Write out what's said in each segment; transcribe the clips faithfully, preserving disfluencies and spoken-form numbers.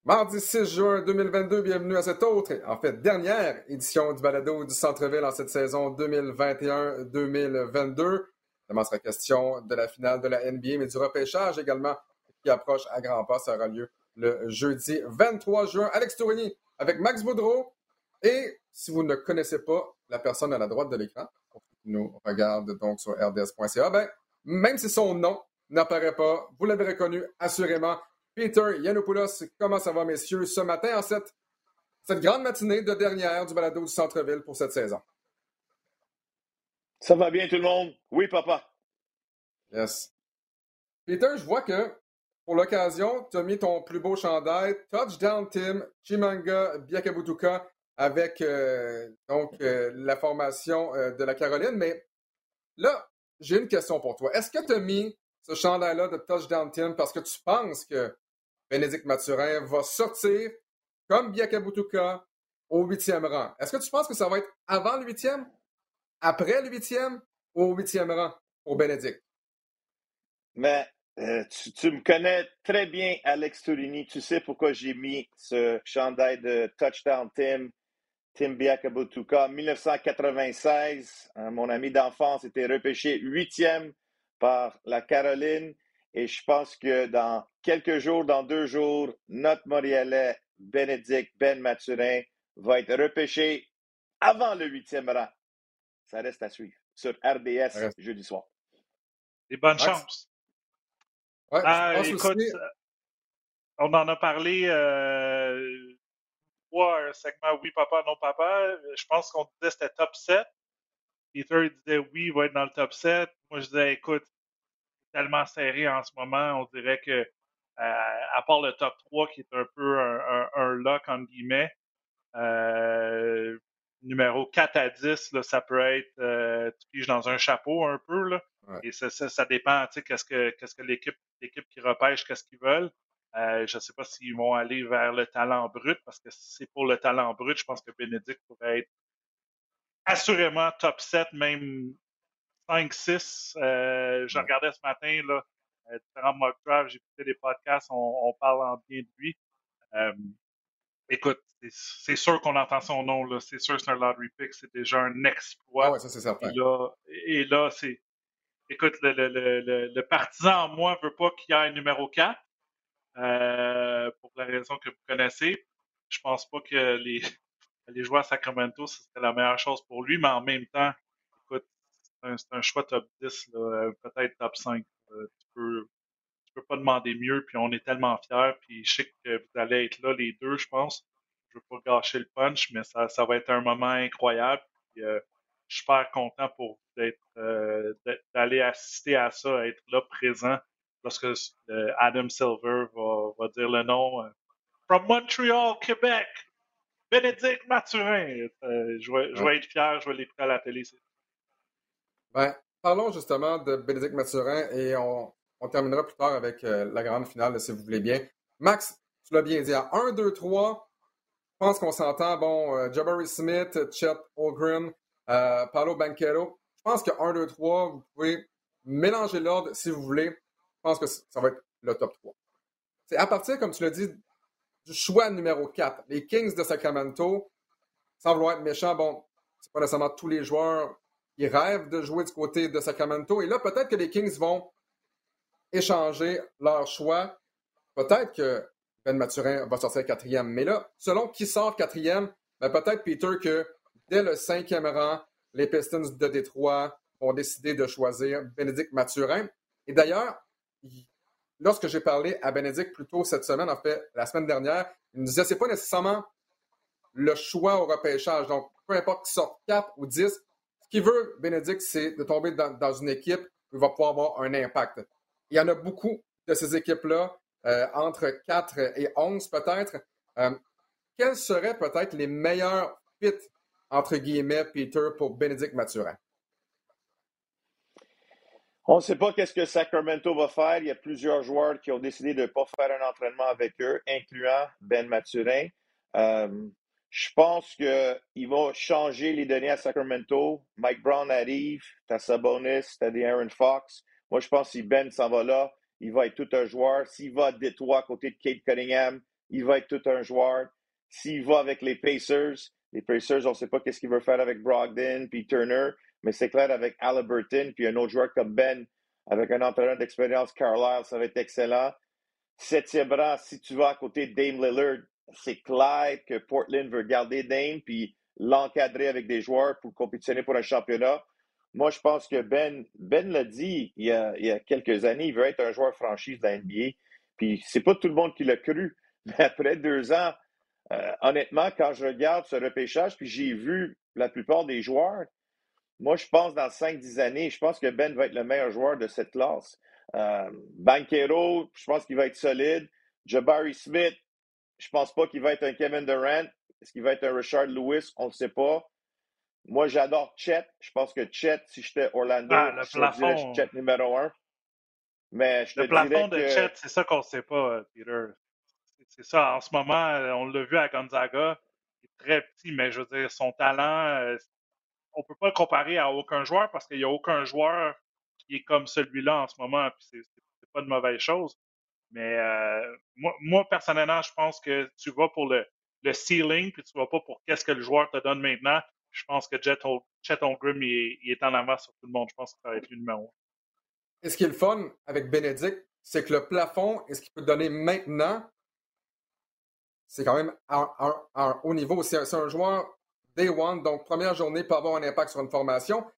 Mardi six juin deux mille vingt-deux, bienvenue à cette autre, en fait dernière édition du balado du Centre-Ville en cette saison deux mille vingt et un deux mille vingt-deux. Évidemment, sera question de la finale de la N B A, mais du repêchage également qui approche à grands pas. Ça aura lieu le jeudi vingt-trois juin. Alex Tourigny avec Max Boudreau. Et si vous ne connaissez pas la personne à la droite de l'écran, pour ceux qui nous regardent donc sur r d s point c a, ben, même si son nom n'apparaît pas, vous l'avez reconnu assurément. Peter Yiannopoulos, comment ça va, messieurs, ce matin en cette, cette grande matinée de dernière du balado du Centre-Ville pour cette saison? Ça va bien, tout le monde? Oui, papa. Yes. Peter, je vois que pour l'occasion, tu as mis ton plus beau chandail, Touchdown Team, Chimanga Biakabutuka, avec euh, donc euh, la formation euh, de la Caroline. Mais là, j'ai une question pour toi. Est-ce que tu as mis ce chandail-là de Touchdown Team parce que tu penses que Bénédicte Mathurin va sortir comme Biakabutuka au huitième rang? Est-ce que tu penses que ça va être avant le huitième, après le huitième ou au huitième rang pour Bénédicte? Mais euh, tu, tu me connais très bien, Alex Tourigny. Tu sais pourquoi j'ai mis ce chandail de Touchdown Team, Tim Biakabutuka. En dix-neuf cent quatre-vingt-seize, hein, mon ami d'enfance était repêché huitième par la Caroline. Et je pense que dans quelques jours, dans deux jours, notre Montréalais, Bénédicte Ben Mathurin, va être repêché avant le huitième rang. Ça reste à suivre sur R D S Ouais. jeudi soir. Et bonne Max? chance. Ouais, ah, je pense écoute, aussi... on en a parlé euh, trois, un segment oui papa, non papa. Je pense qu'on disait que c'était top sept. Peter disait oui, il va être dans le top sept. Moi, je disais, écoute, c'est tellement serré en ce moment, on dirait que, euh, à part le top trois, qui est un peu un, un, un lock, entre guillemets, euh, numéro quatre à dix, là, ça peut être, euh, tu piges dans un chapeau un peu, là. Ouais. Et ça, ça, ça dépend, tu sais, qu'est-ce que, qu'est-ce que l'équipe, l'équipe qui repêche, qu'est-ce qu'ils veulent. Euh, je ne sais pas s'ils vont aller vers le talent brut, parce que si c'est pour le talent brut, je pense que Bénédicte pourrait être assurément top sept, même cinq six. Euh, je Ouais. regardais ce matin, là, euh, différents mock drafts, j'écoutais des podcasts, on, on parle en bien de lui. Euh, écoute, c'est, c'est sûr qu'on entend son nom, là. C'est sûr que c'est un lottery pick, c'est déjà un exploit. Ah ouais, ça c'est certain. Et là, et là c'est. Écoute, le, le, le, le, le partisan en moi veut pas qu'il y ait un numéro quatre, euh, pour la raison que vous connaissez. Je pense pas que les, les joueurs à Sacramento, ce serait la meilleure chose pour lui, mais en même temps, écoute, c'est un, c'est un choix top dix, là, peut-être top cinq. Euh, tu peux, tu peux pas demander mieux, puis on est tellement fiers, puis je sais que vous allez être là les deux, je pense. Je veux pas gâcher le punch, mais ça, ça va être un moment incroyable. Puis, euh, je suis super content pour vous d'être, euh, d'aller assister à ça, être là présent lorsque euh, Adam Silver va, va dire le nom. Euh, From Montreal, Québec, Bénédicte Mathurin. Euh, je, vais, je Ouais. vais être fier, je vais l'écouter à la télé. Ben, parlons justement de Bénédicte Mathurin et on, on terminera plus tard avec euh, la grande finale, si vous voulez bien. Max, tu l'as bien dit, à un, deux, trois, je pense qu'on s'entend. Bon, euh, Jabari Smith, Chet Holmgren, euh, Paolo Banchero. Je pense que un, deux, trois, vous pouvez mélanger l'ordre si vous voulez. Je pense que ça va être le top trois. C'est à partir, comme tu l'as dit, du choix numéro quatre. Les Kings de Sacramento, sans vouloir être méchant, bon, c'est pas nécessairement tous les joueurs qui rêvent de jouer du côté de Sacramento. Et là, peut-être que les Kings vont échanger leur choix. Peut-être que Ben Mathurin va sortir quatrième. Mais là, selon qui sort quatrième, ben peut-être, Peter, que dès le cinquième rang, les Pistons de Détroit vont décider de choisir Bénédicte Mathurin. Et d'ailleurs, lorsque j'ai parlé à Bénédicte plus tôt cette semaine, en fait, la semaine dernière, il me disait que ce n'est pas nécessairement le choix au repêchage. Donc, peu importe qu'il sorte quatre ou dix, ce qu'il veut, Bénédicte, c'est de tomber dans, dans une équipe où il va pouvoir avoir un impact. Il y en a beaucoup de ces équipes-là, euh, entre quatre et onze peut-être. Euh, quels seraient peut-être les meilleurs fits, entre guillemets, Peter, pour Bénédicte Mathurin? On ne sait pas qu'est-ce que Sacramento va faire. Il y a plusieurs joueurs qui ont décidé de ne pas faire un entraînement avec eux, incluant Ben Mathurin. Euh, je pense qu'ils vont changer les données à Sacramento. Mike Brown arrive, t'as Sabonis, t'as des Aaron Fox. Moi, je pense que si Ben s'en va là, il va être tout un joueur. S'il va à Détroit à côté de Kate Cunningham, il va être tout un joueur. S'il va avec les Pacers, les Pacers, on ne sait pas qu'est-ce qu'il veut faire avec Brogdon puis Turner, mais c'est clair avec Haliburton puis un autre joueur comme Ben, avec un entraîneur d'expérience, Carlisle, ça va être excellent. Septième rang, si tu vas à côté de Dame Lillard, c'est clair que Portland veut garder Dame puis l'encadrer avec des joueurs pour compétitionner pour un championnat. Moi, je pense que Ben, Ben l'a dit il y, a, il y a quelques années, il veut être un joueur franchise de la N B A. Puis c'est pas tout le monde qui l'a cru. Mais après deux ans, euh, honnêtement, quand je regarde ce repêchage, puis j'ai vu la plupart des joueurs, moi, je pense dans cinq dix années, je pense que Ben va être le meilleur joueur de cette classe. Euh, Banchero, je pense qu'il va être solide. Jabari Smith, je pense pas qu'il va être un Kevin Durant. Est-ce qu'il va être un Richard Lewis? On ne sait pas. Moi, j'adore Chet. Je pense que Chet, si j'étais Orlando, Ah, le je te dirais plafond. Chet numéro un. Mais je te Le plafond dirais de que... Chet, c'est ça qu'on ne sait pas, Peter. C'est ça. En ce moment, on l'a vu à Gonzaga. Il est très petit, mais je veux dire, son talent, on ne peut pas le comparer à aucun joueur parce qu'il n'y a aucun joueur qui est comme celui-là en ce moment. Puis c'est, c'est pas de mauvaise chose. Mais euh, moi, moi, personnellement, je pense que tu vas pour le, le ceiling, puis tu vas pas pour qu'est-ce que le joueur te donne maintenant. Je pense que Chet Holmgren, il est, il est en avance sur tout le monde. Je pense que ça va être le numéro un. Et ce qui est le fun avec Bénédicte, c'est que le plafond et ce qu'il peut donner maintenant, c'est quand même à, à, à un haut niveau. C'est, c'est un joueur day one, donc première journée peut avoir un impact sur une formation.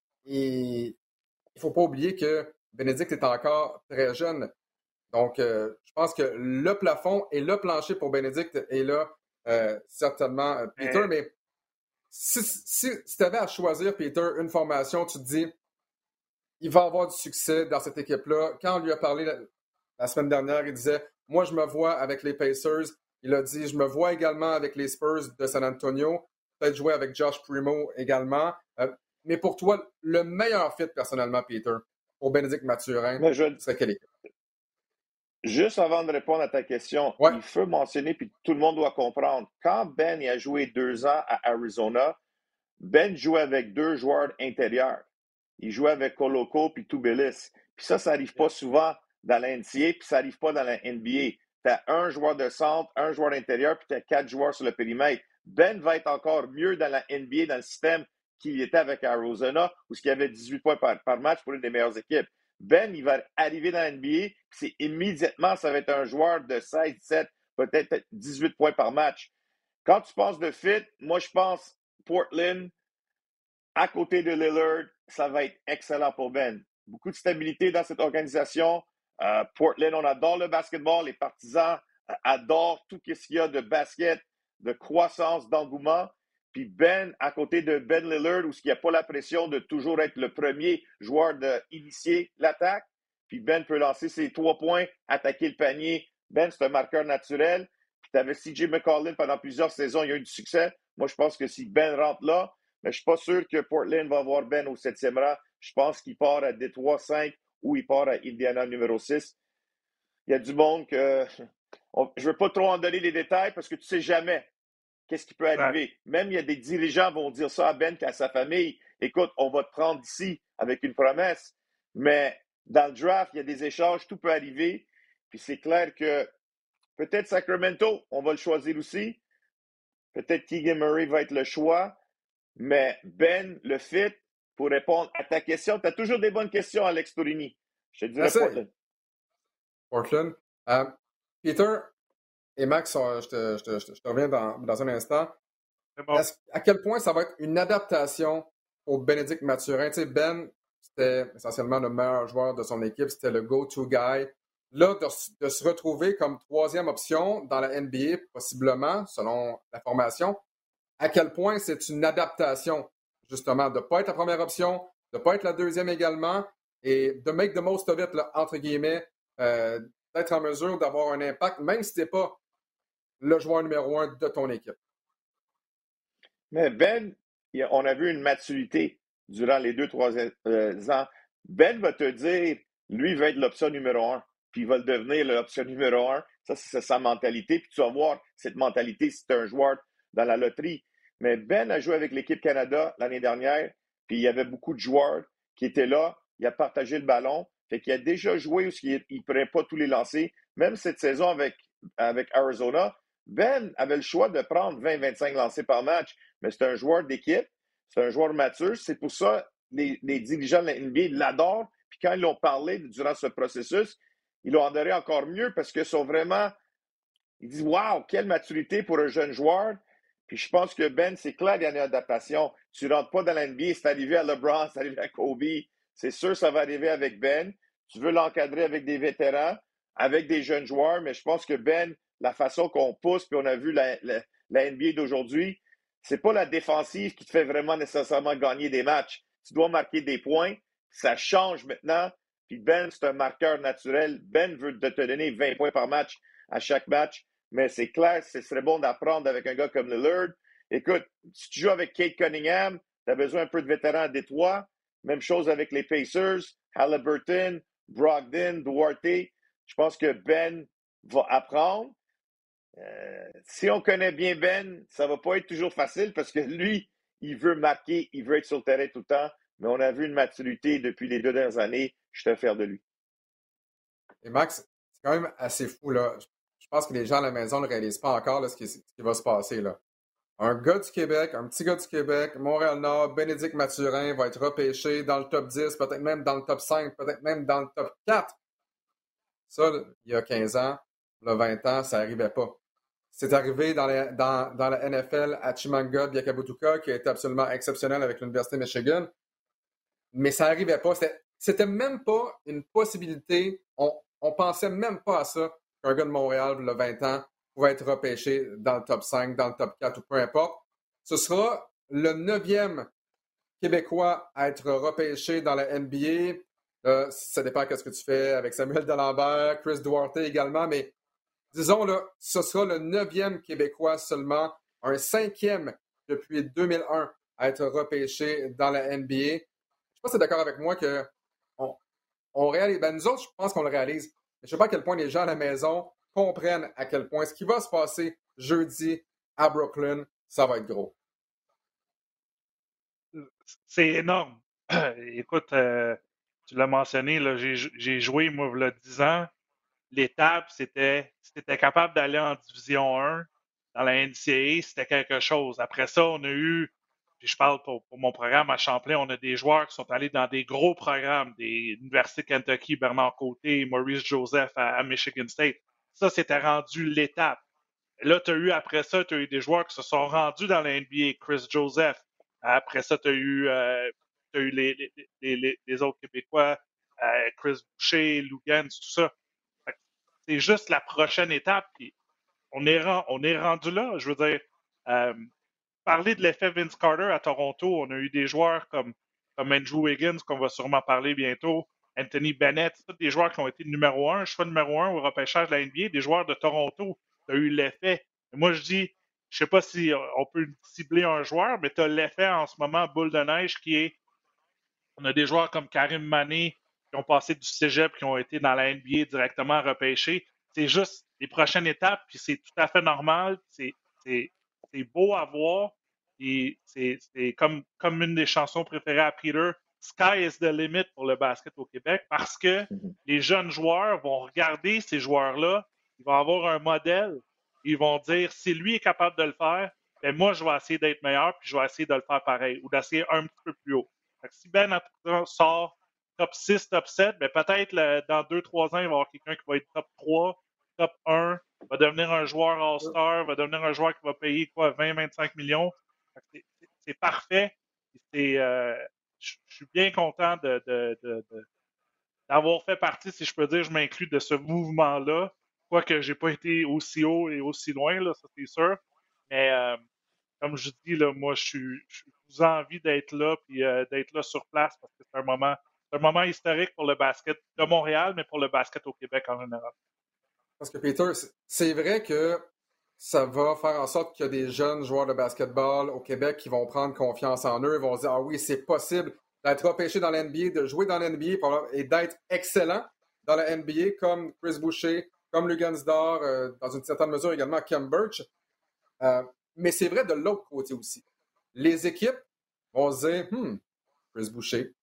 Et il ne faut pas oublier que Bénédicte est encore très jeune. Donc, euh, je pense que le plafond et le plancher pour Bénédicte est là, euh, certainement, euh, Peter. Mais- Mais si, si, si tu avais à choisir, Peter, une formation, tu te dis, il va avoir du succès dans cette équipe-là. Quand on lui a parlé la, la semaine dernière, il disait, moi, je me vois avec les Pacers. Il a dit, je me vois également avec les Spurs de San Antonio. Peut-être jouer avec Josh Primo également. Euh, mais pour toi, le meilleur fit, personnellement, Peter, pour Bénédicte Mathurin, Mais je, serait quelle équipe? Juste avant de répondre à ta question, Ouais. il faut mentionner, puis tout le monde doit comprendre, quand Ben il a joué deux ans à Arizona, Ben jouait avec deux joueurs intérieurs. Il jouait avec Koloko puis Tubelis. Puis ça, ça n'arrive pas souvent dans la N C A A, puis ça n'arrive pas dans la N B A. Tu as un joueur de centre, un joueur intérieur, puis tu as quatre joueurs sur le périmètre. Ben va être encore mieux dans la N B A, dans le système qu'il était avec Arizona, où il y avait dix-huit points par, par match pour une des meilleures équipes. Ben, il va arriver dans la N B A, puis c'est immédiatement, ça va être un joueur de seize, dix-sept, peut-être dix-huit points par match. Quand tu penses de fit, moi, je pense Portland, à côté de Lillard, ça va être excellent pour Ben. Beaucoup de stabilité dans cette organisation. Euh, Portland, on adore le basketball. Les partisans euh, adorent tout ce qu'il y a de basket, de croissance, d'engouement. Puis Ben, à côté de Ben Lillard, où il n'y a pas la pression de toujours être le premier joueur d'initier l'attaque. Puis Ben peut lancer ses trois points, attaquer le panier. Ben, c'est un marqueur naturel. Puis tu avais C J McCollum pendant plusieurs saisons, il y a eu du succès. Moi, je pense que si Ben rentre là, mais je ne suis pas sûr que Portland va avoir Ben au septième rang. Je pense qu'il part à Détroit cinq ou il part à Indiana numéro six. Il y a du monde que... On, je ne veux pas trop en donner les détails parce que tu ne sais jamais qu'est-ce qui peut arriver. Ouais. Même il y a des dirigeants qui vont dire ça à Ben qu'à sa famille. Écoute, on va te prendre ici avec une promesse. Mais dans le draft, il y a des échanges, tout peut arriver. Puis c'est clair que peut-être Sacramento, on va le choisir aussi. Peut-être Keegan Murray va être le choix. Mais Ben, le fit, pour répondre à ta question, tu as toujours des bonnes questions, Alex Torini. Je te dirais Merci. Portland. Portland. Euh, Peter et Max, je te, je te, je te, je te reviens dans, dans un instant. Bon. À quel point ça va être une adaptation pour Bénédicte Mathurin? Tu sais, Ben, c'était essentiellement le meilleur joueur de son équipe, c'était le go-to guy. Là, de, de se retrouver comme troisième option dans la N B A, possiblement, selon la formation, à quel point c'est une adaptation, justement, de ne pas être la première option, de ne pas être la deuxième également, et de make the most of it, là, entre guillemets, euh, d'être en mesure d'avoir un impact, même si tu n'es pas le joueur numéro un de ton équipe. Mais Ben, on a vu une maturité durant les deux, trois ans. Ben va te dire, lui, il va être l'option numéro un, puis il va le devenir l'option numéro un. Ça, c'est sa mentalité. Puis tu vas voir cette mentalité si tu es un joueur dans la loterie. Mais Ben a joué avec l'équipe Canada l'année dernière, puis il y avait beaucoup de joueurs qui étaient là. Il a partagé le ballon. Fait qu'il a déjà joué où il ne pourrait pas tous les lancer. Même cette saison avec avec Arizona, Ben avait le choix de prendre vingt à vingt-cinq lancers par match, mais c'est un joueur d'équipe, c'est un joueur mature. C'est pour ça que les, les dirigeants de la N B A l'adorent. Puis quand ils l'ont parlé durant ce processus, ils l'ont adoré encore mieux parce qu'ils sont vraiment... Ils disent « Wow, quelle maturité pour un jeune joueur! » Puis je pense que Ben, c'est clair, il y a une adaptation. Tu ne rentres pas dans la N B A, c'est arrivé à LeBron, c'est arrivé à Kobe. C'est sûr ça va arriver avec Ben. Tu veux l'encadrer avec des vétérans, avec des jeunes joueurs, mais je pense que Ben, la façon qu'on pousse, puis on a vu la, la, la N B A d'aujourd'hui, c'est pas la défensive qui te fait vraiment nécessairement gagner des matchs. Tu dois marquer des points. Ça change maintenant. Puis Ben, c'est un marqueur naturel. Ben veut te donner vingt points par match à chaque match. Mais c'est clair, ce serait bon d'apprendre avec un gars comme Lillard. Écoute, si tu joues avec Kate Cunningham, tu as besoin un peu de vétérans à Détroit. Même chose avec les Pacers, Halliburton, Brogdon, Duarte. Je pense que Ben va apprendre. Euh, si on connaît bien Ben, ça va pas être toujours facile parce que lui, il veut marquer, il veut être sur le terrain tout le temps. Mais on a vu une maturité depuis les deux dernières années. Je suis fier de lui. Et Max, c'est quand même assez fou, là. Je pense que les gens à la maison ne réalisent pas encore là, ce, qui, ce qui va se passer, là. Un gars du Québec, un petit gars du Québec, Montréal-Nord, Bénédicte Mathurin va être repêché dans le top dix, peut-être même dans le top cinq, peut-être même dans le top quatre. Ça, il y a quinze ans, là, vingt ans, ça n'arrivait pas. C'est arrivé dans la, dans, dans la N F L à Chimanga Biakabutuka, qui a été absolument exceptionnel avec l'Université de Michigan. Mais ça n'arrivait pas. C'était, c'était même pas une possibilité. On, on pensait même pas à ça qu'un gars de Montréal, il y a vingt ans, pouvait être repêché dans le top cinq, dans le top quatre ou peu importe. Ce sera le neuvième Québécois à être repêché dans la N B A. Euh, ça dépend de ce que tu fais avec Samuel Dalembert, Chris Duarte également, mais disons, là, ce sera le neuvième Québécois seulement, un cinquième depuis deux mille un à être repêché dans la N B A. Je ne sais pas si tu es d'accord avec moi que on, on réalise. Ben, nous autres, je pense qu'on le réalise. Mais je ne sais pas à quel point les gens à la maison comprennent à quel point ce qui va se passer jeudi à Brooklyn, ça va être gros. C'est énorme. Écoute, euh, tu l'as mentionné, là, j'ai, j'ai joué, moi, il y a dix ans. L'étape, c'était si tu étais capable d'aller en Division un dans la N C A A, c'était quelque chose. Après ça, on a eu, puis je parle pour, pour mon programme à Champlain, on a des joueurs qui sont allés dans des gros programmes, des Universités Kentucky, Bernard Côté, Maurice Joseph à, à Michigan State. Ça, c'était rendu l'étape. Et là, tu as eu, après ça, tu as eu des joueurs qui se sont rendus dans la N B A, Chris Joseph. Après ça, tu as eu, euh, t'as eu les, les, les, les, les autres Québécois, euh, Chris Boucher, Lou Gans, tout ça. C'est juste la prochaine étape. Puis on est, on est rendu là. Je veux dire, euh, parler de l'effet Vince Carter à Toronto, on a eu des joueurs comme, comme Andrew Wiggins, qu'on va sûrement parler bientôt, Anthony Bennett, c'est tous des joueurs qui ont été numéro un, choix numéro un au repêchage de la N B A, des joueurs de Toronto. Tu as eu l'effet. Et moi, je dis, je sais pas si on peut cibler un joueur, mais tu as l'effet en ce moment boule de neige qui est, on a des joueurs comme Karim Mané qui ont passé du cégep, qui ont été dans la N B A directement repêchés. C'est juste les prochaines étapes, puis c'est tout à fait normal. C'est, c'est, c'est beau à voir. Et c'est, c'est comme, comme une des chansons préférées à Peter, Sky is the limit pour le basket au Québec, parce que mm-hmm. les jeunes joueurs vont regarder ces joueurs-là, ils vont avoir un modèle, ils vont dire, si lui est capable de le faire, ben moi, je vais essayer d'être meilleur, puis je vais essayer de le faire pareil, ou d'essayer un petit peu plus haut. Fait que si Ben sort top six, top sept, ben peut-être là, dans deux trois ans, il va y avoir quelqu'un qui va être top trois, top un, va devenir un joueur All-Star, va devenir un joueur qui va payer quoi, vingt à vingt-cinq millions. C'est, c'est, c'est parfait. C'est, euh, je, je suis bien content de, de, de, de, d'avoir fait partie, si je peux dire, je m'inclus de ce mouvement-là. Quoique je n'ai pas été aussi haut et aussi loin, là, ça c'est sûr. Mais euh, comme je dis, là, moi, je suis, je suis envie d'être là puis euh, d'être là sur place parce que c'est un moment, c'est un moment historique pour le basket de Montréal, mais pour le basket au Québec en général. Parce que Peter, c'est vrai que ça va faire en sorte qu'il y a des jeunes joueurs de basketball au Québec qui vont prendre confiance en eux, ils vont se dire « Ah oui, c'est possible d'être repêché dans la N B A, de jouer dans la N B A et d'être excellent dans la N B A comme Chris Boucher, comme Lugansdor, euh, dans une certaine mesure également Kem Birch. Euh, mais c'est vrai de l'autre côté aussi. Les équipes vont se dire hmm, « Chris Boucher,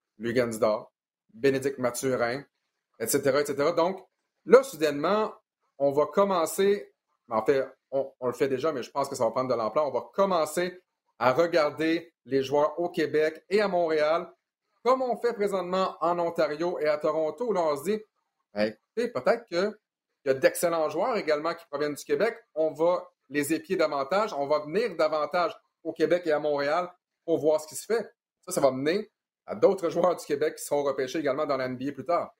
Lugansdor, Bénédicte Mathurin, et cetera, et cetera » Donc, là, soudainement, on va commencer, en fait, on, on le fait déjà, mais je pense que ça va prendre de l'ampleur. On va commencer à regarder les joueurs au Québec et à Montréal, comme on fait présentement en Ontario et à Toronto, où là, on se dit, ben, écoutez, peut-être qu'il y a d'excellents joueurs également qui proviennent du Québec. On va les épier davantage. On va venir davantage au Québec et à Montréal pour voir ce qui se fait. Ça, ça va mener à d'autres joueurs du Québec qui seront repêchés également dans la N B A plus tard.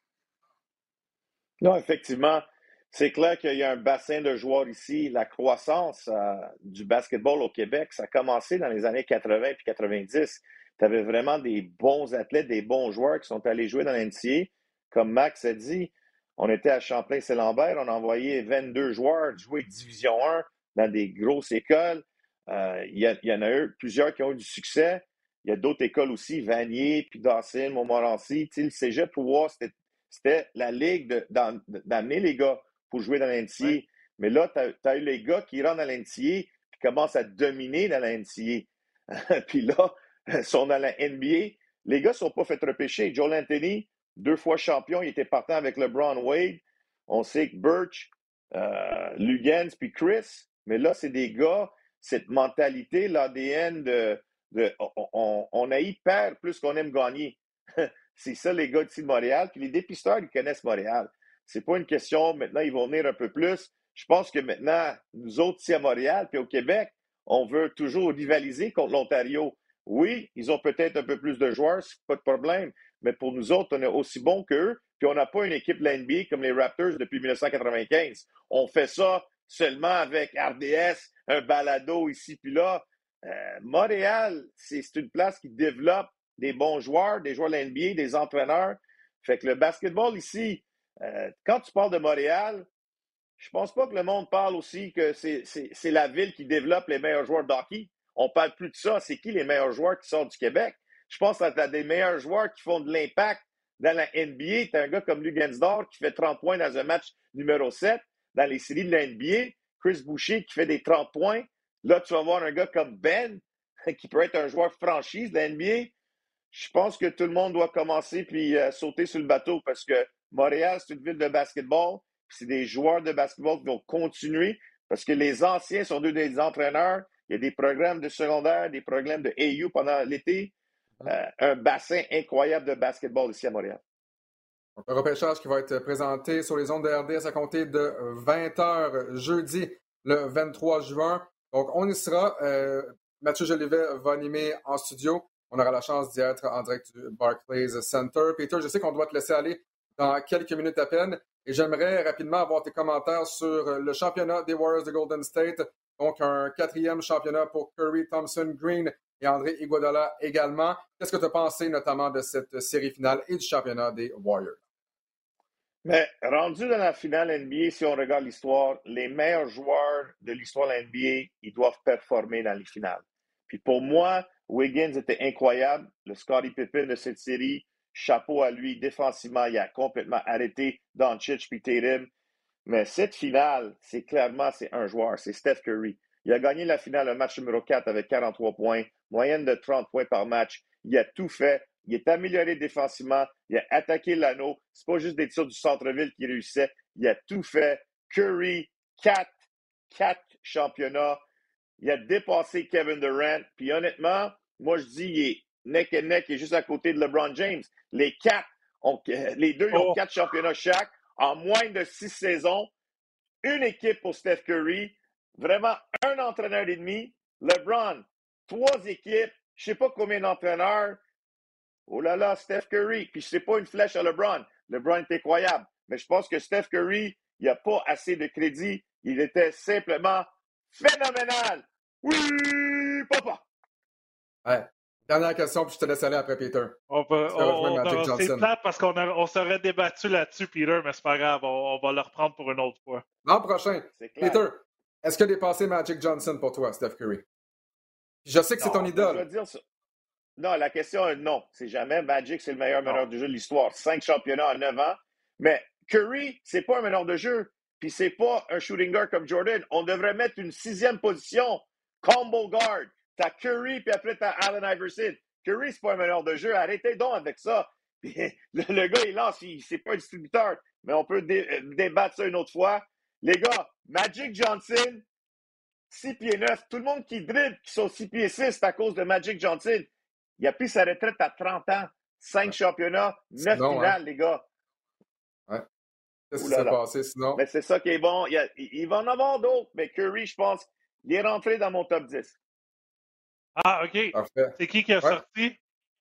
Non, effectivement. C'est clair qu'il y a un bassin de joueurs ici. La croissance euh, du basketball au Québec, ça a commencé dans les années quatre-vingts puis quatre-vingt-dix. Tu avais vraiment des bons athlètes, des bons joueurs qui sont allés jouer dans l'N C A A. Comme Max a dit, on était à Champlain-Saint-Lambert, on a envoyé vingt-deux joueurs jouer Division un dans des grosses écoles. Euh, il, y a, il y en a eu plusieurs qui ont eu du succès. Il y a d'autres écoles aussi, Vanier, puis Dawson, Montmorency. Tu sais, le cégep pour voir, c'était, c'était la ligue de, d'amener les gars pour jouer dans la N C A A. Ouais. Mais là, tu as eu les gars qui rentrent dans la N C A A et commencent à dominer dans la N C A A. Puis là, ils sont dans la N B A. Les gars ne sont pas fait repêcher. Joel Anthony, deux fois champion, il était partant avec LeBron Wade. On sait que Birch, euh, Lugans, puis Chris. Mais là, c'est des gars, cette mentalité, l'A D N de, de on, on, on a y perd plus qu'on aime gagner. C'est ça, les gars d'ici de Montréal. Puis les dépisteurs, ils connaissent Montréal. C'est pas une question, maintenant, ils vont venir un peu plus. Je pense que maintenant, nous autres, ici à Montréal, puis au Québec, on veut toujours rivaliser contre l'Ontario. Oui, ils ont peut-être un peu plus de joueurs, c'est pas de problème. Mais pour nous autres, on est aussi bons qu'eux. Puis on n'a pas une équipe de la N B A comme les Raptors depuis dix-neuf cent quatre-vingt-quinze. On fait ça seulement avec R D S, un balado ici puis là. Euh, Montréal, c'est, c'est une place qui développe des bons joueurs, des joueurs de la N B A, des entraîneurs. Fait que le basketball ici, euh, quand tu parles de Montréal, je pense pas que le monde parle aussi que c'est, c'est, c'est la ville qui développe les meilleurs joueurs de hockey. On parle plus de ça. C'est qui les meilleurs joueurs qui sortent du Québec? Je pense que tu as des meilleurs joueurs qui font de l'impact dans la N B A. Tu as un gars comme Lugansdor qui fait trente points dans un match numéro sept dans les séries de la N B A. Chris Boucher qui fait des trente points. Là, tu vas voir un gars comme Ben qui peut être un joueur franchise de la N B A. Je pense que tout le monde doit commencer puis euh, sauter sur le bateau parce que Montréal, c'est une ville de basketball. C'est des joueurs de basketball qui vont continuer parce que les anciens sont deux des entraîneurs. Il y a des programmes de secondaire, des programmes de A U pendant l'été. Euh, un bassin incroyable de basketball ici à Montréal. Donc, le repêchage qui va être présenté sur les ondes de R D S à compter de vingt heures jeudi, le vingt-trois juin. Donc, on y sera. Euh, Mathieu Jolivet va animer en studio. On aura la chance d'y être en direct du Barclays Center. Peter, je sais qu'on doit te laisser aller dans quelques minutes à peine. Et j'aimerais rapidement avoir tes commentaires sur le championnat des Warriors de Golden State. Donc, un quatrième championnat pour Curry, Thompson, Green et André Iguodala également. Qu'est-ce que tu as pensé notamment de cette série finale et du championnat des Warriors? Mais rendu dans la finale N B A, si on regarde l'histoire, les meilleurs joueurs de l'histoire de la N B A, ils doivent performer dans les finales. Puis pour moi, Wiggins était incroyable. Le Scottie Pippen de cette série, chapeau à lui. Défensivement, il a complètement arrêté Doncic puis Tatum. Mais cette finale, c'est clairement c'est un joueur, c'est Steph Curry. Il a gagné la finale, le match numéro quatre avec quarante-trois points, moyenne de trente points par match. Il a tout fait. Il est amélioré défensivement. Il a attaqué l'anneau. C'est pas juste des tirs du centre-ville qui réussissaient. Il a tout fait. Curry, quatre, quatre championnats. Il a dépassé Kevin Durant. Puis honnêtement, moi je dis, il est neck and neck, il est juste à côté de LeBron James. Les quatre, ont, les deux, ils ont quatre championnats chaque. En moins de six saisons, une équipe pour Steph Curry, vraiment un entraîneur et demi. LeBron, trois équipes, je ne sais pas combien d'entraîneurs. Oh là là, Steph Curry. Puis ce n'est pas une flèche à LeBron. LeBron est incroyable. Mais je pense que Steph Curry, il n'a pas assez de crédit. Il était simplement phénoménal. Oui, papa! Ouais. Dernière question, puis je te laisse aller après Peter. On peut, on, on, c'est plate parce qu'on a, on serait débattu là-dessus, Peter, mais c'est pas grave, on, on va le reprendre pour une autre fois. L'an prochain, Peter, est-ce que dépassé Magic Johnson pour toi, Steph Curry? Je sais que c'est ton idole. Je veux dire ça. Non, la question est non. C'est jamais. Magic, c'est le meilleur meneur de jeu de l'histoire. Cinq championnats en neuf ans. Mais Curry, c'est pas un meneur de jeu. Puis c'est pas un shooting guard comme Jordan. On devrait mettre une sixième position. Combo guard. T'as Curry, puis après t'as Allen Iverson. Curry, c'est pas un meneur de jeu. Arrêtez donc avec ça. Puis, le, le gars, il lance, il, c'est pas un distributeur, mais on peut dé, débattre ça une autre fois. Les gars, Magic Johnson, six pieds neuf, tout le monde qui dribble, qui sont six pieds six, c'est à cause de Magic Johnson. Il a pris sa retraite à trente ans, cinq ouais. championnats, neuf finales, hein. Les gars. Ouais. Qu'est-ce qui s'est passé sinon? Mais c'est ça qui est bon. Il, a, il va en avoir d'autres, mais Curry, je pense, il est rentré dans mon top dix. Ah, OK. Parfait. C'est qui qui a ouais. sorti?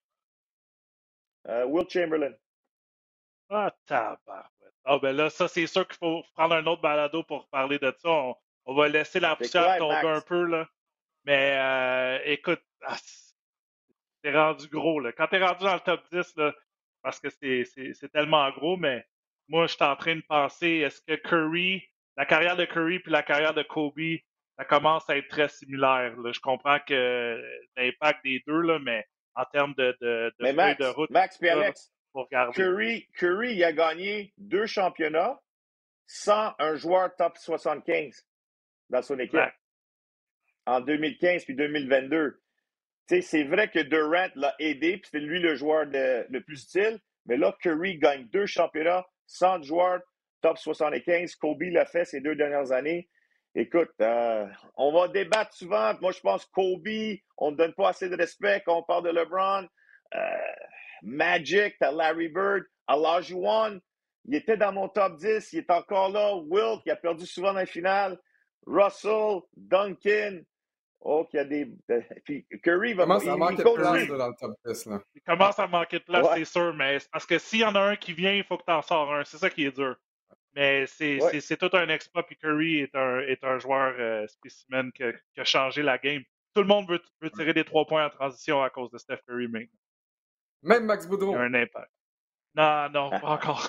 Uh, Will Chamberlain. Ah, tabarouette. Ah, ben là, ça, c'est sûr qu'il faut prendre un autre balado pour parler de ça. On, on va laisser la poussière tomber un peu, là. Mais, euh, écoute, ah, t'es rendu gros, là. Quand t'es rendu dans le top dix, là, parce que c'est, c'est, c'est tellement gros, mais moi, je suis en train de penser, est-ce que Curry, la carrière de Curry puis la carrière de Kobe, ça commence à être très similaire, là. Je comprends que l'impact des deux, là, mais en termes de, de, de feuille Max, de route. Max puis Alex, pour regarder. Curry, Curry, il a gagné deux championnats sans un joueur top soixante-quinze dans son équipe. Ouais. En deux mille quinze puis deux mille vingt-deux. T'sais, c'est vrai que Durant l'a aidé, puis c'est lui le joueur de, le plus utile, mais là, Curry gagne deux championnats sans joueur top soixante-quinze. Kobe l'a fait ces deux dernières années. Écoute, euh, on va débattre souvent. Moi, je pense que Kobe, on ne donne pas assez de respect quand on parle de LeBron. Euh, Magic, t'as Larry Bird, Olajuwon, il était dans mon top dix, il est encore là. Wilt, qui a perdu souvent dans les finales. Russell, Duncan. Oh, qu'il y a des. Puis Curry va. Il commence à manquer de place là, dans le top dix. Là. Il commence à manquer de place, ouais. C'est sûr, mais parce que s'il y en a un qui vient, il faut que tu en sors un. C'est ça qui est dur. Mais c'est, ouais. c'est, c'est tout un exploit. Puis Curry est un, est un joueur euh, spécimen qui a, qui a changé la game. Tout le monde veut, veut tirer des trois points en transition à cause de Steph Curry maintenant. Même Max Boudreau. Il a un impact. Non, non, pas encore.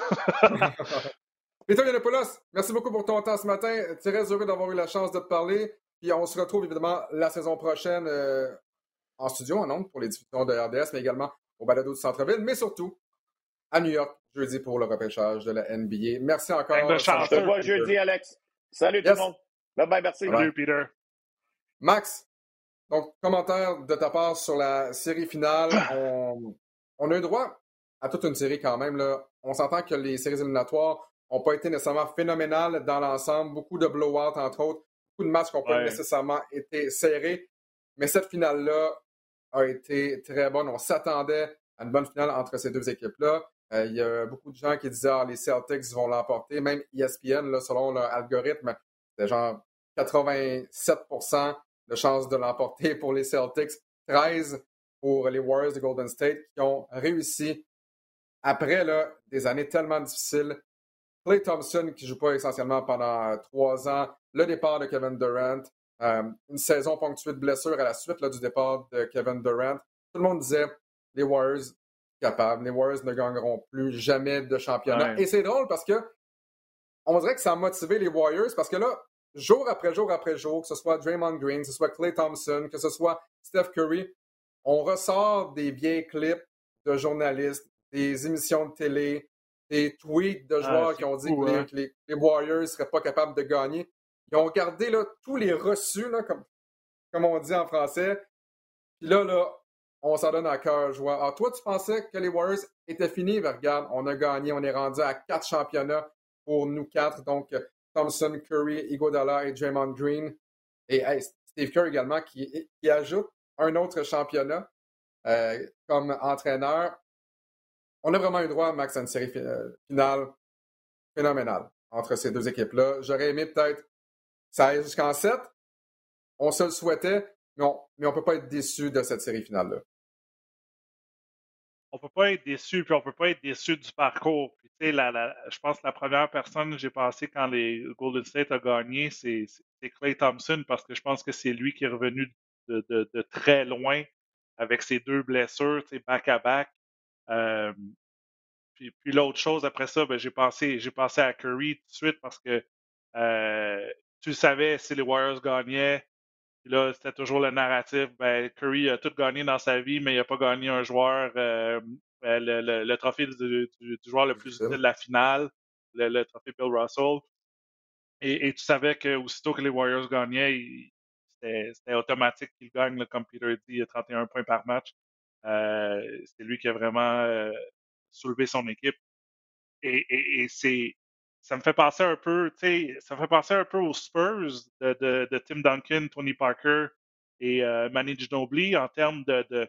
Peter Yiannopoulos, merci beaucoup pour ton temps ce matin. Très heureux d'avoir eu la chance de te parler. Puis on se retrouve évidemment la saison prochaine euh, en studio, en ondes, pour les diffusions de R D S, mais également au balado du Centre-Ville, mais surtout à New York, jeudi, pour le repêchage de la N B A. Merci encore. Je te vois jeudi, Alex. Salut yes. tout le monde. Bye-bye, merci. Salut, Peter. Max, donc, commentaire de ta part sur la série finale. On, on a eu droit à toute une série quand même. Là. On s'entend que les séries éliminatoires n'ont pas été nécessairement phénoménales dans l'ensemble. Beaucoup de blowout, entre autres. Beaucoup de matchs qui n'ont pas ouais. nécessairement été serrés. Mais cette finale-là a été très bonne. On s'attendait à une bonne finale entre ces deux équipes-là. Euh, il y a beaucoup de gens qui disaient ah, les Celtics vont l'emporter. Même E S P N, là, selon leur algorithme, c'est genre quatre-vingt-sept pour cent de chances de l'emporter pour les Celtics. treize pour les Warriors de Golden State qui ont réussi, après là, des années tellement difficiles. Klay Thompson qui ne joue pas essentiellement pendant trois ans. Le départ de Kevin Durant. Euh, une saison ponctuée de blessures à la suite là, du départ de Kevin Durant. Tout le monde disait les Warriors capables. Les Warriors ne gagneront plus jamais de championnat. Ouais. Et c'est drôle parce que on dirait que ça a motivé les Warriors parce que là, jour après jour après jour, que ce soit Draymond Green, que ce soit Klay Thompson, que ce soit Steph Curry, on ressort des vieilles clips de journalistes, des émissions de télé, des tweets de joueurs ah, qui ont dit fou, que, hein? les, que les, les Warriors ne seraient pas capables de gagner. Ils ont gardé là, tous les reçus, là, comme, comme on dit en français. Puis là, là, on s'en donne à cœur joie. Alors, toi, tu pensais que les Warriors étaient finis? Ben, regarde, on a gagné. On est rendu à quatre championnats pour nous quatre. Donc, Thompson, Curry, Iguodala et Draymond Green. Et hey, Steve Kerr également qui, qui ajoute un autre championnat euh, comme entraîneur. On a vraiment eu droit, Max, à une série finale phénoménale entre ces deux équipes-là. J'aurais aimé peut-être ça aille jusqu'en sept. On se le souhaitait, mais on mais on peut pas être déçu de cette série finale-là. On peut pas être déçu, puis on peut pas être déçu du parcours. Puis, tu sais, la, la, je pense que la première personne que j'ai pensé quand les Golden State a gagné, c'est, c'est Klay Thompson, parce que je pense que c'est lui qui est revenu de, de, de très loin avec ses deux blessures, tu sais, back-à-back. Euh, puis, puis l'autre chose, après ça, ben, j'ai pensé, j'ai pensé à Curry tout de suite parce que euh, tu savais si les Warriors gagnaient. Puis là, c'était toujours le narratif. Ben, Curry a tout gagné dans sa vie, mais il n'a pas gagné un joueur, euh, le, le, le trophée du, du, du joueur le plus utile de la finale, le, le trophée Bill Russell. Et, et tu savais que aussitôt que les Warriors gagnaient, il, c'était, c'était automatique qu'ils gagnent, là, comme Peter dit, trente et un points par match. Euh, c'est lui qui a vraiment euh, soulever son équipe. Et, et, et c'est, ça me fait penser un peu, tu sais, ça me fait penser un peu aux Spurs de, de, de Tim Duncan, Tony Parker et euh, Manu Ginobili en termes de, de.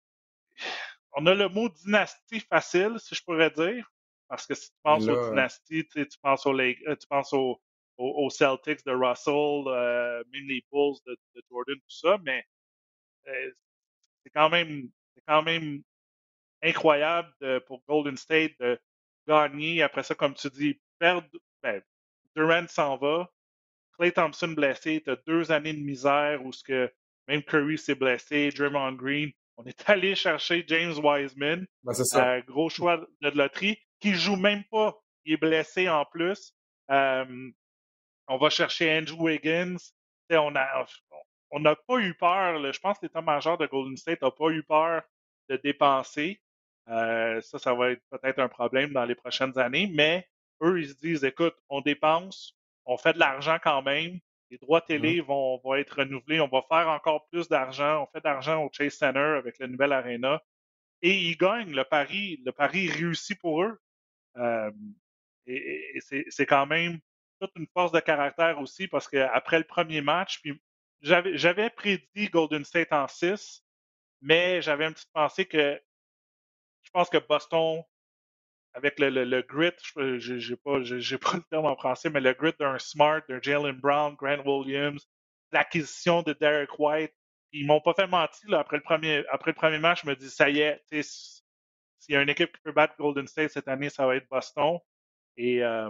On a le mot dynastie facile, si je pourrais dire, parce que si tu Mais penses aux là, dynasties, tu sais, tu penses aux, Lake- euh, tu penses aux, aux, aux Celtics de Russell, euh, même les Bulls de, de Jordan, tout ça, mais euh, c'est quand même, c'est quand même incroyable de- pour Golden State de gagner. Après ça, comme tu dis, perdre. Ben, Durant s'en va. Klay Thompson blessé. Tu as deux années de misère où ce que même Curry s'est blessé, Draymond Green. On est allé chercher James Wiseman, ben c'est ça. euh, gros choix de loterie, qui joue même pas. Il est blessé en plus. Euh, on va chercher Andrew Wiggins. T'sais, on a, on n'a pas eu peur. Là. Je pense que l'état-major de Golden State n'a pas eu peur de dépenser. Euh, ça, ça va être peut-être un problème dans les prochaines années, mais eux, ils se disent, écoute, on dépense, on fait de l'argent quand même, les droits Mhm. télé vont, vont être renouvelés, on va faire encore plus d'argent, on fait de l'argent au Chase Center avec la nouvelle arena, et ils gagnent, le pari, le pari réussit pour eux. Euh, et, et c'est, c'est quand même toute une force de caractère aussi parce qu'après le premier match, puis j'avais, j'avais prédit Golden State en six, mais j'avais une petite pensée que je pense que Boston, avec le, le, le grit, je j'ai, j'ai pas, j'ai, j'ai pas le terme en français, mais le grit d'un Smart, d'un Jalen Brown, Grant Williams, l'acquisition de Derek White, ils m'ont pas fait mentir là, après le premier après le premier match, je me dis ça y est, s'il y a une équipe qui peut battre Golden State cette année, ça va être Boston. Et, euh,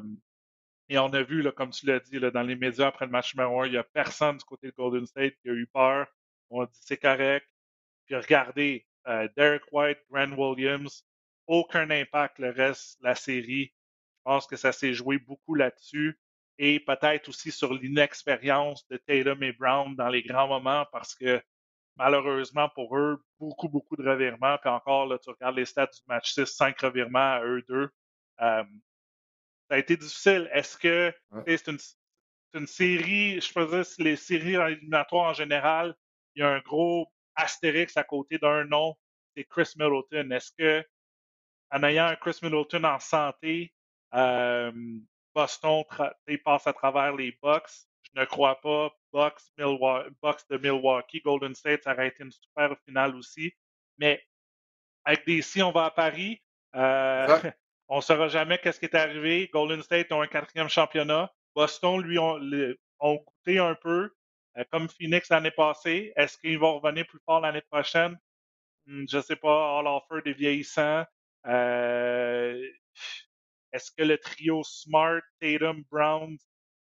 et on a vu, là, comme tu l'as dit, là, dans les médias après le match numéro un, il n'y a personne du côté de Golden State qui a eu peur. On a dit c'est correct. Puis regardez, euh, Derek White, Grant Williams, aucun impact le reste de la série. Je pense que ça s'est joué beaucoup là-dessus. Et peut-être aussi sur l'inexpérience de Tatum et Brown dans les grands moments parce que malheureusement pour eux, beaucoup, beaucoup de revirements. Puis encore, là, tu regardes les stats du match six, cinq revirements à eux deux. Euh, ça a été difficile. Est-ce que Ouais. c'est une, c'est une série, je faisais les séries éliminatoires en général, il y a un gros astérix à côté d'un nom, c'est Chris Middleton. Est-ce que en ayant un Chris Middleton en santé, euh, Boston tra- passe à travers les Bucks? Je ne crois pas. Bucks, Milwaukee, Bucks de Milwaukee, Golden State, ça aurait été une super finale aussi. Mais avec des si, on va à Paris. Euh, Exact. on ne saura jamais qu'est-ce qui est arrivé. Golden State ont un quatrième championnat. Boston, lui, ont, ont goûté un peu, euh, comme Phoenix l'année passée. Est-ce qu'ils vont revenir plus fort l'année prochaine? Je ne sais pas. All Offer des vieillissants. Euh, est-ce que le trio Smart, Tatum, Brown,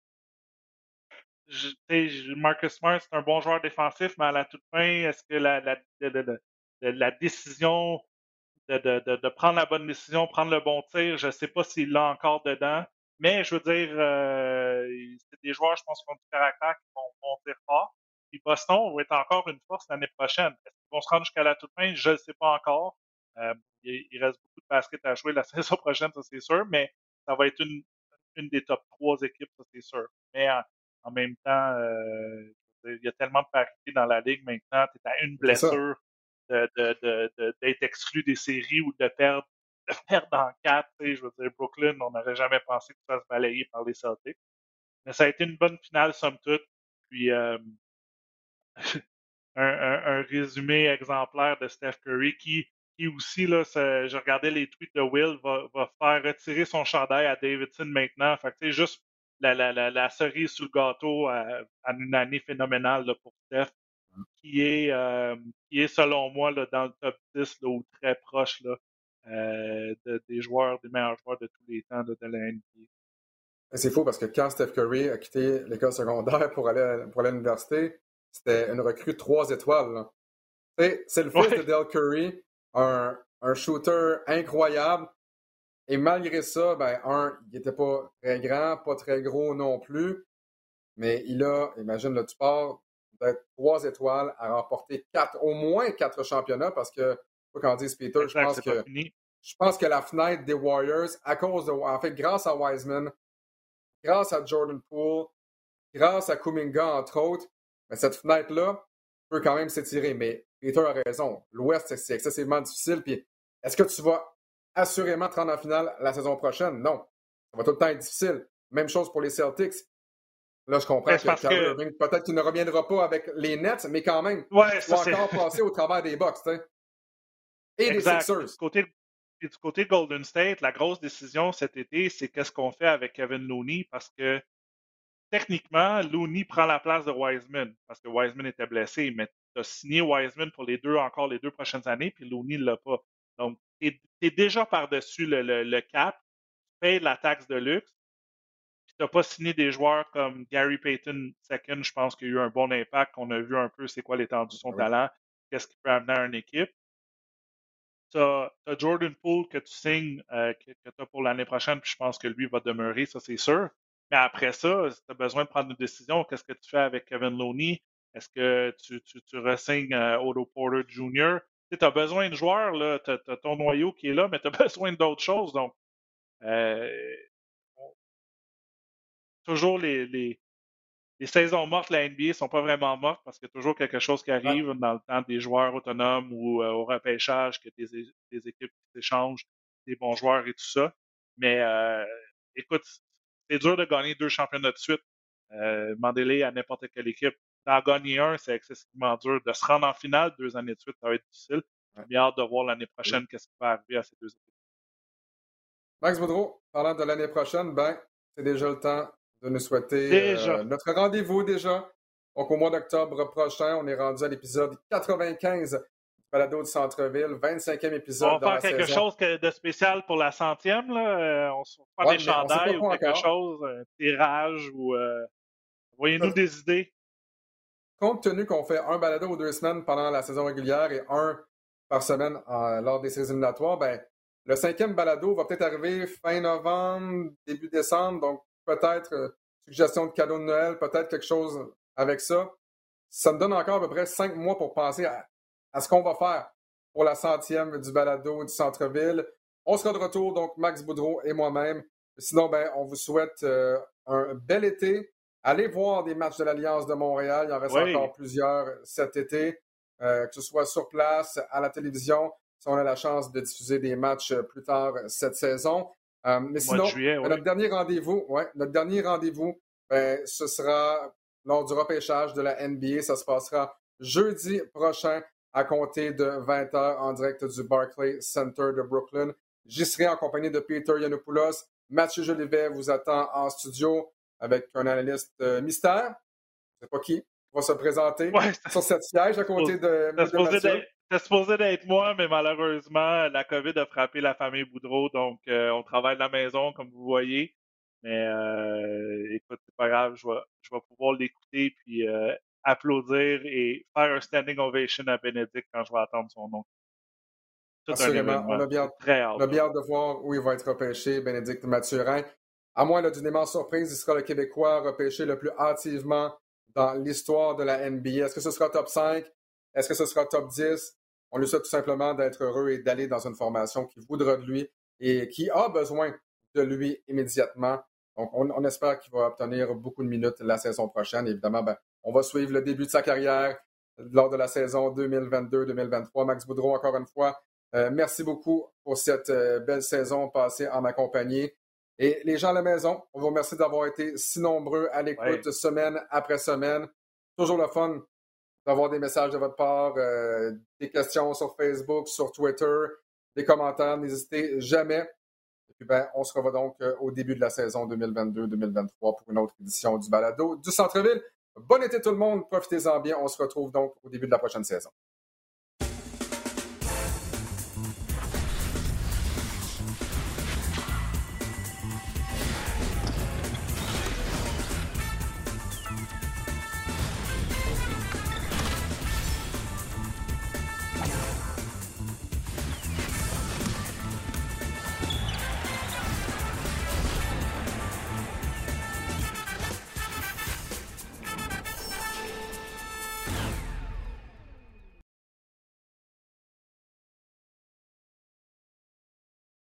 je, Marcus Smart, c'est un bon joueur défensif, mais à la toute fin, est-ce que la, la, la, la, la décision de, de, de, de prendre la bonne décision, prendre le bon tir. Je ne sais pas s'il l'a encore dedans. Mais je veux dire, euh, c'est des joueurs, je pense, qui ont du caractère, qui vont, vont tirer fort. Puis Boston va être encore une force l'année prochaine. Est-ce qu'ils vont se rendre jusqu'à la toute fin? Je ne sais pas encore. Euh, il, il reste beaucoup de basket à jouer la saison prochaine, ça c'est sûr, mais ça va être une, une des top trois équipes, ça c'est sûr. Mais en, en même temps, euh, il y a tellement de parité dans la ligue maintenant. Tu es à une C'est ça. blessure de, de, de, de, d'être exclu des séries ou de perdre, de perdre en quatre. Je veux dire, Brooklyn, on n'aurait jamais pensé que ça se balayer par les Celtics. Mais ça a été une bonne finale, somme toute. Puis, euh, un, un, un, résumé exemplaire de Steph Curry qui, qui aussi, là, ça, je regardais les tweets de Will, va, va faire retirer son chandail à Davidson maintenant. Fait que, tu sais, juste la, la, la, la cerise sous le gâteau à, à une année phénoménale là, pour Steph, qui est, euh, qui est selon moi, là, dans le top dix là, ou très proche là, euh, de, des joueurs, des meilleurs joueurs de tous les temps là, de la N B A. C'est faux parce que quand Steph Curry a quitté l'école secondaire pour aller, pour aller à l'université, c'était une recrue trois étoiles. Là. C'est le fils Ouais. de Dell Curry, un, un shooter incroyable. Et malgré ça, ben, un, il n'était pas très grand, pas très gros non plus. Mais il a, imagine, là, tu pars d'être trois étoiles à remporter quatre, au moins quatre championnats parce que, quand on dit Peter, je Exact, pense c'est pas que fini. je pense que la fenêtre des Warriors, à cause de, en fait, grâce à Wiseman, grâce à Jordan Poole, grâce à Kuminga, entre autres, mais cette fenêtre-là peut quand même s'étirer. Mais Peter a raison. L'Ouest, c'est excessivement difficile. Puis, est-ce que tu vas assurément te rendre en finale la saison prochaine. Non. Ça va tout le temps être difficile. Même chose pour les Celtics. Là, je comprends que Kyrie que... Irving, peut-être qu'il ne reviendra pas avec les Nets, mais quand même, ouais, il va encore passer au travers des Bucks, tu sais. Et exact. des Sixers. Du côté, du côté de Golden State, la grosse décision cet été, c'est qu'est-ce qu'on fait avec Kevin Looney, parce que techniquement, Looney prend la place de Wiseman, parce que Wiseman était blessé, mais tu as signé Wiseman pour les deux, encore les deux prochaines années, puis Looney ne l'a pas. Donc, tu es déjà par-dessus le, le, le cap, tu payes la taxe de luxe, puis tu n'as pas signé des joueurs comme Gary Payton second, je pense qu'il y a eu un bon impact, qu'on a vu un peu c'est quoi l'étendue de son oui. talent, qu'est-ce qu'il peut amener à une équipe. Tu as, as Jordan Poole que tu signes, euh, que, que tu as pour l'année prochaine, puis je pense que lui va demeurer, ça c'est sûr. Mais après ça, si tu as besoin de prendre une décision, qu'est-ce que tu fais avec Kevin Looney? Est-ce que tu, tu, tu re-signes euh, Otto Porter junior? Tu as besoin de joueurs, tu as ton noyau qui est là, mais tu as besoin d'autres choses. Donc, euh, toujours les, les, les saisons mortes de la N B A ne sont pas vraiment mortes parce qu'il y a toujours quelque chose qui arrive ouais. dans le temps des joueurs autonomes ou euh, au repêchage, que des, des équipes qui s'échangent des bons joueurs et tout ça. Mais euh, écoute, c'est dur de gagner deux championnats de suite. Euh, Demandez-les à n'importe quelle équipe. D'en gagner un, c'est excessivement dur. De se rendre en finale deux années de suite, ça va être difficile. J'ai bien hâte de voir l'année prochaine oui. qu'est-ce qui va arriver à ces deux équipes. Max Boudreau, parlant de l'année prochaine, ben, c'est déjà le temps de nous souhaiter euh, notre rendez-vous déjà. Donc, au mois d'octobre prochain, on est rendu à l'épisode quatre-vingt-quinze du Balado du Centre-Ville, vingt-cinquième épisode on va dans faire la quelque saison. chose de spécial pour la centième. Là. On se fait ouais, des chandails ou quelque encore. chose, un tirage ou... Euh... Voyez-nous des idées. Compte tenu qu'on fait un balado aux deux semaines pendant la saison régulière et un par semaine euh, lors des séries éliminatoires, ben, le cinquième balado va peut-être arriver fin novembre, début décembre, donc peut-être euh, suggestion de cadeau de Noël, peut-être quelque chose avec ça. Ça me donne encore à peu près cinq mois pour penser à, à ce qu'on va faire pour la centième du balado du Centre-Ville. On sera de retour, donc Max Boudreau et moi-même. Sinon, ben, on vous souhaite euh, un bel été. Allez voir des matchs de l'Alliance de Montréal. Il en reste oui. encore plusieurs cet été, euh, que ce soit sur place, à la télévision, si on a la chance de diffuser des matchs plus tard cette saison. Euh, mais sinon, juillet, ben, oui. notre dernier rendez-vous, ouais, notre dernier rendez-vous, ben, ce sera lors du repêchage de la N B A. Ça se passera jeudi prochain à compter de vingt heures en direct du Barclays Center de Brooklyn. J'y serai en compagnie de Peter Yiannopoulos. Mathieu Jolivet vous attend en studio avec un analyste euh, mystère. Je ne sais pas qui va se présenter ouais, sur cette siège à côté de, de Mathieu. C'était supposé d'être moi, mais malheureusement, la COVID a frappé la famille Boudreau, donc euh, on travaille de la maison, comme vous voyez. Mais euh, écoute, c'est pas grave, je vais, je vais pouvoir l'écouter puis euh, applaudir et faire un standing ovation à Bénédicte quand je vais attendre son nom. Tout Assurément. On a bien, très hâte, on a bien hâte de voir où il va être repêché, Bénédicte Mathurin. À moins d'une immense surprise, il sera le Québécois repêché le plus hâtivement dans l'histoire de la N B A. Est-ce que ce sera top cinq? Est-ce que ce sera top dix? On lui souhaite tout simplement d'être heureux et d'aller dans une formation qui voudra de lui et qui a besoin de lui immédiatement. Donc, on, on espère qu'il va obtenir beaucoup de minutes la saison prochaine. Évidemment, ben, on va suivre le début de sa carrière lors de la saison deux mille vingt-deux deux mille vingt-trois. Max Boudreau, encore une fois, euh, merci beaucoup pour cette euh, belle saison passée en ma compagnie. Et les gens à la maison, on vous remercie d'avoir été si nombreux à l'écoute ouais. semaine après semaine. Toujours le fun d'avoir des messages de votre part, euh, des questions sur Facebook, sur Twitter, des commentaires. N'hésitez jamais. Et puis, ben, on se revoit donc euh, au début de la saison deux mille vingt-deux deux mille vingt-trois pour une autre édition du Balado du Centre-Ville. Bon été tout le monde, profitez-en bien. On se retrouve donc au début de la prochaine saison.